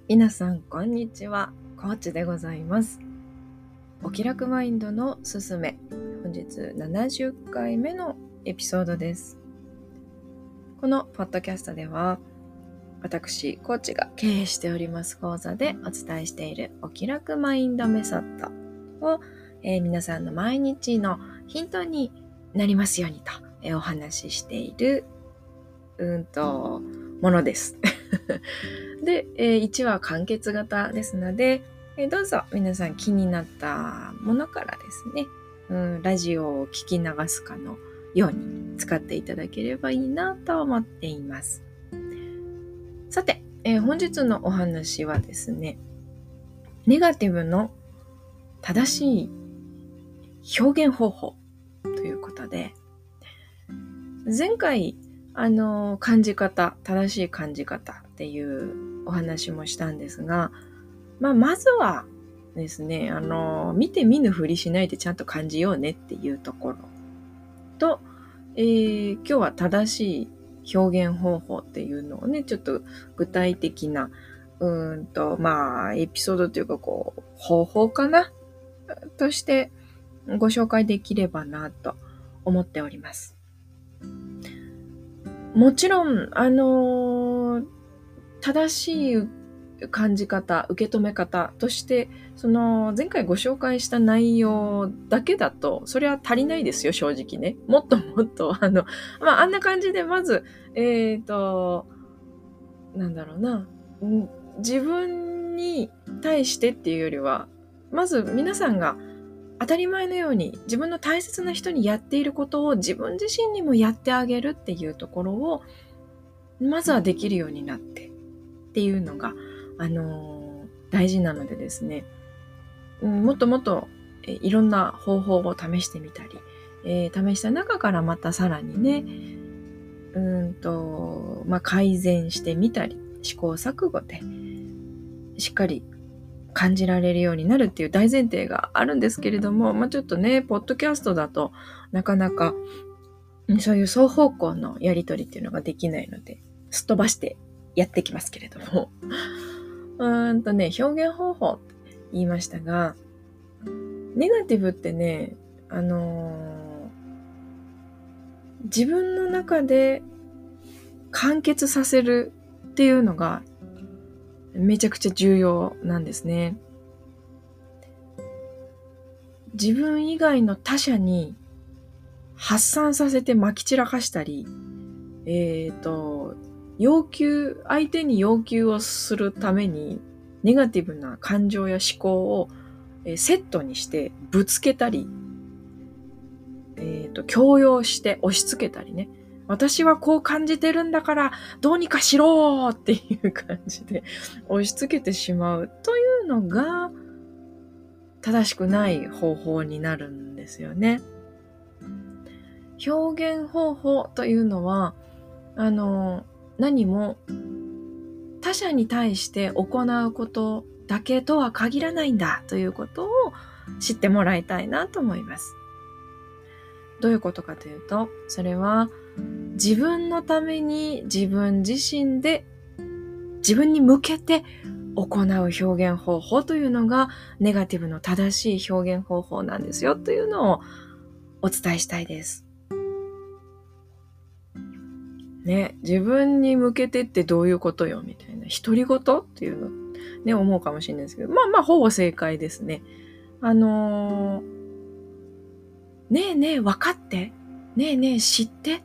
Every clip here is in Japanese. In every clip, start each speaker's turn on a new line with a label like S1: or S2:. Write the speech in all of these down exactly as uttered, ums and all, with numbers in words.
S1: 皆さんこんにちは、コーチでございます。お気楽マインドのすすめ、本日ななじゅっかいめのエピソードです。このポッドキャストでは、私コーチが経営しております講座でお伝えしているお気楽マインドメソッドを、えー、皆さんの毎日のヒントになりますようにと、えー、お話ししているうんとものですで、えー、いちわ完結型ですので、えー、どうぞ皆さん気になったものからですね、うん、ラジオを聞き流すかのように使っていただければいいなと思っています。さて、えー、本日のお話はですね、ネガティブの正しい表現方法ということで、前回あの感じ方、正しい感じ方っていうお話もしたんですが、まあ、まずはですね、あの見て見ぬふりしないでちゃんと感じようねっていうところと、えー、今日は正しい表現方法っていうのをね、ちょっと具体的なうーんとまあエピソードというかこう方法かなとしてご紹介できればなと思っております。もちろんあのー、正しい感じ方、受け止め方として、その前回ご紹介した内容だけだと、それは足りないですよ、正直ね。もっともっと、あの、まあ、あんな感じで、まず、えっと、なんだろうな、自分に対してっていうよりは、まず皆さんが当たり前のように自分の大切な人にやっていることを自分自身にもやってあげるっていうところを、まずはできるようになってっていうのが、あのー、大事なのでですね、うん、もっともっと、えいろんな方法を試してみたり、えー、試した中からまたさらにね、うんと、まあ、改善してみたり、試行錯誤でしっかり感じられるようになるっていう大前提があるんですけれども、まあ、ちょっとね、ポッドキャストだとなかなかそういう双方向のやり取りっていうのができないので、すっ飛ばしてやってきますけれども。うーんとね、表現方法って言いましたが、ネガティブってね、あのー、自分の中で完結させるっていうのがめちゃくちゃ重要なんですね。自分以外の他者に発散させて撒き散らかしたり、えっと、要求、相手に要求をするためにネガティブな感情や思考をセットにしてぶつけたり、えっと、強要して押し付けたりね。私はこう感じてるんだからどうにかしろっていう感じで押し付けてしまうというのが正しくない方法になるんですよね。表現方法というのは、あの、何も他者に対して行うことだけとは限らないんだということを知ってもらいたいなと思います。どういうことかというと、それは自分のために自分自身で自分に向けて行う表現方法というのがネガティブの正しい表現方法なんですよというのをお伝えしたいです。ね、自分に向けてってどういうことよみたいな、独り言っていうのね、思うかもしれないですけど、まあまあほぼ正解ですね。あのー、ねえねえ分かって、ねえねえ知ってって、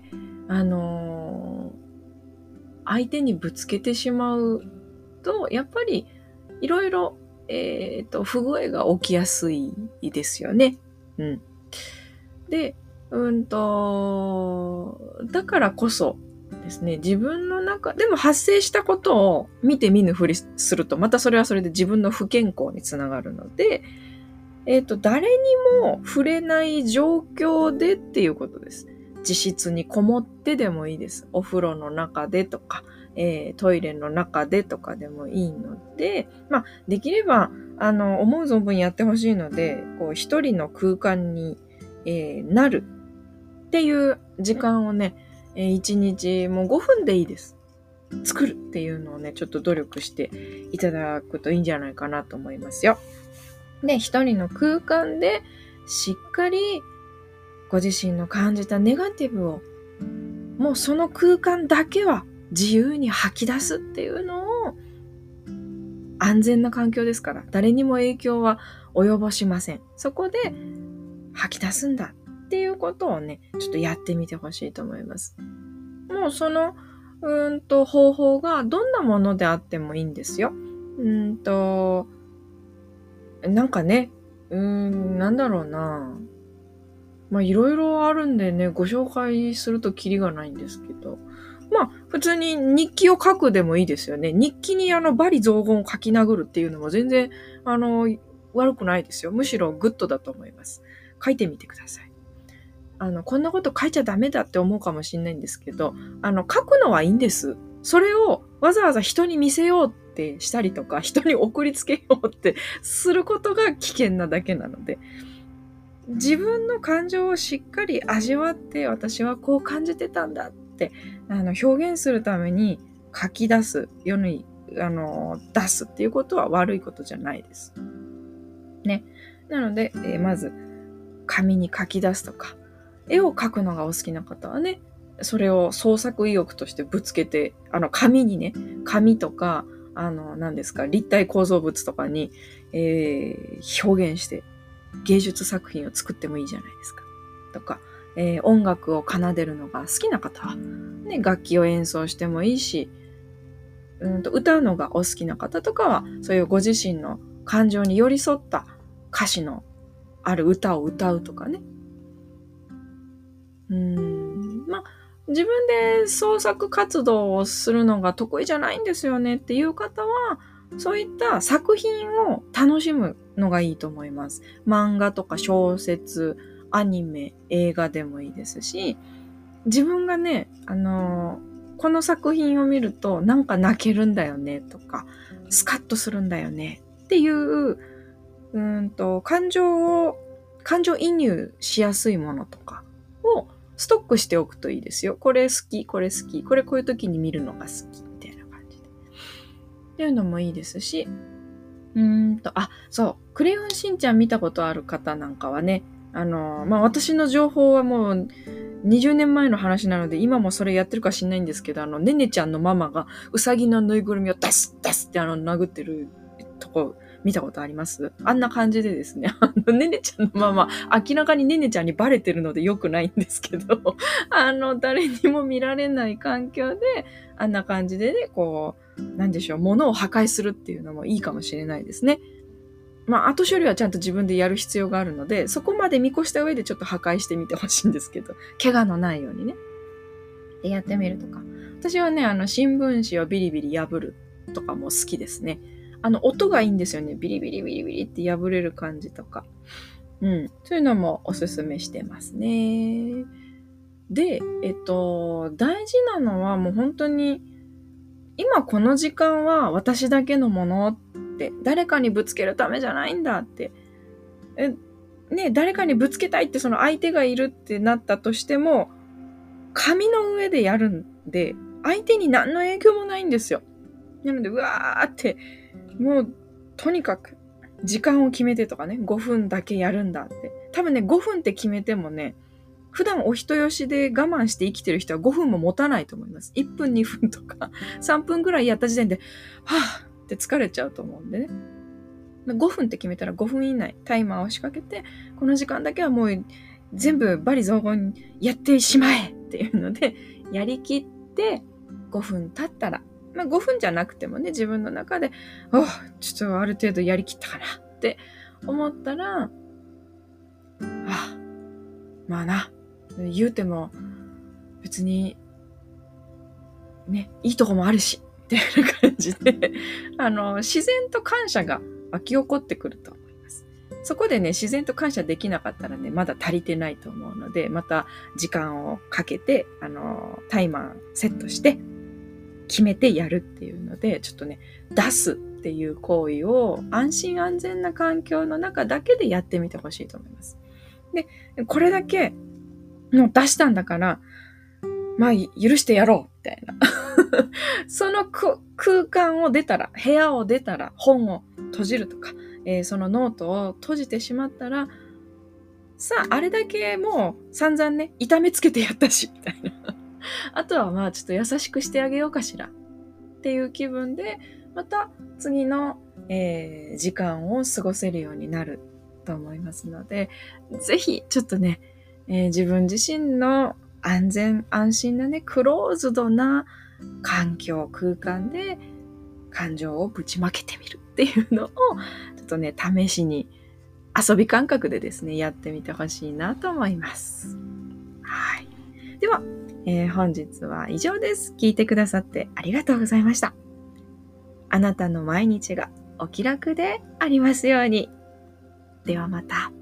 S1: あのー、相手にぶつけてしまうと、やっぱりいろいろ、えっと、不具合が起きやすいですよね。うん。で、うんと、だからこそですね、自分の中でも発生したことを見て見ぬふりすると、またそれはそれで自分の不健康につながるので、えっと、誰にも触れない状況でっていうことです。自室にこもってでもいいです。お風呂の中でとか、えー、トイレの中でとかでもいいので、まあ、できれば、あの、思う存分やってほしいので、こう、一人の空間に、えー、なるっていう時間をね、えー、いちにちもうごふんでいいです。 作るっていうのをね、ちょっと努力していただくといいんじゃないかなと思いますよ。で、一人の空間でしっかりご自身の感じたネガティブをもうその空間だけは自由に吐き出すっていうのを、安全な環境ですから、誰にも影響は及ぼしません。そこで吐き出すんだっていうことをね、ちょっとやってみてほしいと思います。もうそのうーんと方法がどんなものであってもいいんですよ。うーんとなんかね、うーんなんだろうな。まあいろいろあるんでね、ご紹介するとキリがないんですけど、まあ普通に日記を書くでもいいですよね。日記にあの罵詈雑言を書き殴るっていうのも全然あの悪くないですよ。むしろグッドだと思います。書いてみてください。あのこんなこと書いちゃダメだって思うかもしれないんですけど、あの書くのはいいんです。それをわざわざ人に見せようってしたりとか、人に送りつけようってすることが危険なだけなので、自分の感情をしっかり味わって、私はこう感じてたんだってあの表現するために書き出す、世にあの出すっていうことは悪いことじゃないです。ね。なので、えー、まず紙に書き出すとか、絵を描くのがお好きな方はね、それを創作意欲としてぶつけて、あの紙にね、紙とかあの何ですか、立体構造物とかに、えー、表現して芸術作品を作ってもいいじゃないですか。とか、えー、音楽を奏でるのが好きな方は、ね、楽器を演奏してもいいし、うんと歌うのがお好きな方とかは、そういうご自身の感情に寄り添った歌詞のある歌を歌うとかね。うーん、まあ、自分で創作活動をするのが得意じゃないんですよねっていう方は、そういった作品を楽しむのがいいと思います。漫画とか小説、アニメ、映画でもいいですし、自分がね、あのー、この作品を見るとなんか泣けるんだよねとか、スカッとするんだよねっていう、うーんと、感情を、感情移入しやすいものとかをストックしておくといいですよ。これ好き、これ好き、これこういう時に見るのが好きみたいな感じで。っていうのもいいですし、うーんと、あ、そう、クレヨンしんちゃん見たことある方なんかはね、あの、まあ、私の情報はもうにじゅうねんまえの話なので、今もそれやってるか知んないんですけど、あの、ねねちゃんのママがうさぎのぬいぐるみをダスダスってあの、殴ってるとこ見たことあります？あんな感じでですね、あの、ねねちゃんのママ、明らかにねねちゃんにバレてるので良くないんですけど、あの、誰にも見られない環境で、あんな感じでね、こう、なんでしょう、物を破壊するっていうのもいいかもしれないですね。まあ、後処理はちゃんと自分でやる必要があるので、そこまで見越した上でちょっと破壊してみてほしいんですけど、怪我のないようにね。で、やってみるとか。私はね、あの、新聞紙をビリビリ破るとかも好きですね。あの、音がいいんですよね。ビリビリビリビリって破れる感じとか。うん。そういうのもおすすめしてますね。で、えっと、大事なのはもう本当に、今この時間は私だけのものって、誰かにぶつけるためじゃないんだって。え、ね、誰かにぶつけたいってその相手がいるってなったとしても、紙の上でやるんで、相手に何の影響もないんですよ。なので、うわーって、もう、とにかく、時間を決めてとかね、ごふんだけやるんだって。多分ね、ごふんって決めてもね、普段お人よしで我慢して生きてる人はごふんも持たないと思います。いっぷん、にふんとか、さんぷんぐらいやった時点で、はぁって疲れちゃうと思うんでね。ごふんって決めたらごふん以内、タイマーを仕掛けて、この時間だけはもう全部罵詈雑言やってしまえっていうので、やりきってごふん経ったら、まあごふんじゃなくてもね、自分の中で、おちょっとある程度やりきったかなって思ったら、あ、まあな、言うても別にね、いいとこもあるしっていう感じで、あの、自然と感謝が湧き起こってくると思います。そこでね、自然と感謝できなかったらね、まだ足りてないと思うので、また時間をかけて、あの、タイマーセットして、決めてやるっていうので、ちょっとね、出すっていう行為を安心安全な環境の中だけでやってみてほしいと思います。で、これだけもう出したんだから、まあ、許してやろうみたいな。 その空間を出たら、部屋を出たら、本を閉じるとか、えー、そのノートを閉じてしまったら、さあ、あれだけもう散々ね、痛めつけてやったし、みたいな。あとはまあちょっと優しくしてあげようかしらっていう気分で、また次の、えー、時間を過ごせるようになると思いますので、ぜひちょっとね、えー、自分自身の安全安心なね、クローズドな環境、空間で感情をぶちまけてみるっていうのを、ちょっとね、試しに遊び感覚でですね、やってみてほしいなと思います。はい。では、えー、本日は以上です。聞いてくださってありがとうございました。あなたの毎日がお気楽でありますように。ではまた。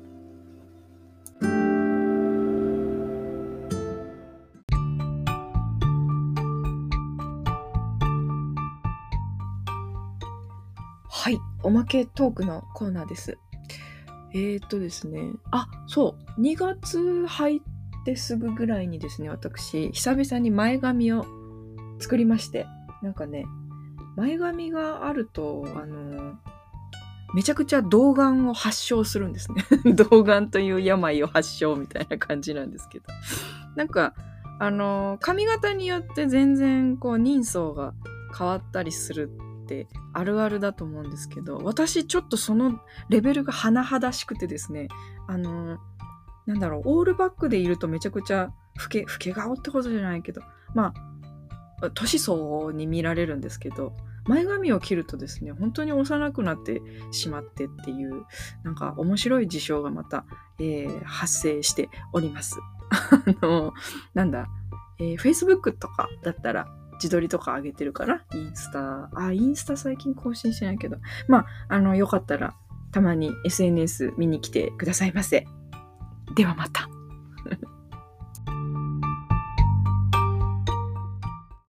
S1: はい、おまけトークのコーナーです。えーっとですね、あ、そう、にがつ入ってすぐぐらいにですね、私、久々に前髪を作りまして、なんかね、前髪があると、あの、めちゃくちゃ童顔を発症するんですね。童顔という病を発症みたいな感じなんですけど。なんか、あの、髪型によって全然こう人相が変わったりするってあるあるだと思うんですけど、私ちょっとそのレベルが甚だしくてですね、あの、なんだろう、オールバックでいるとめちゃくちゃ老け、老け顔ってことじゃないけど、まあ、年相応に見られるんですけど、前髪を切るとですね、本当に幼くなってしまってっていう、なんか面白い事象がまた、えー、発生しております。あの、なんだ、えー、Facebook とかだったら自撮りとか上げてるかな？インスタ、あ、インスタ最近更新してないけど、まあ、あの、よかったらたまに エスエヌエス 見に来てくださいませ。ではまた。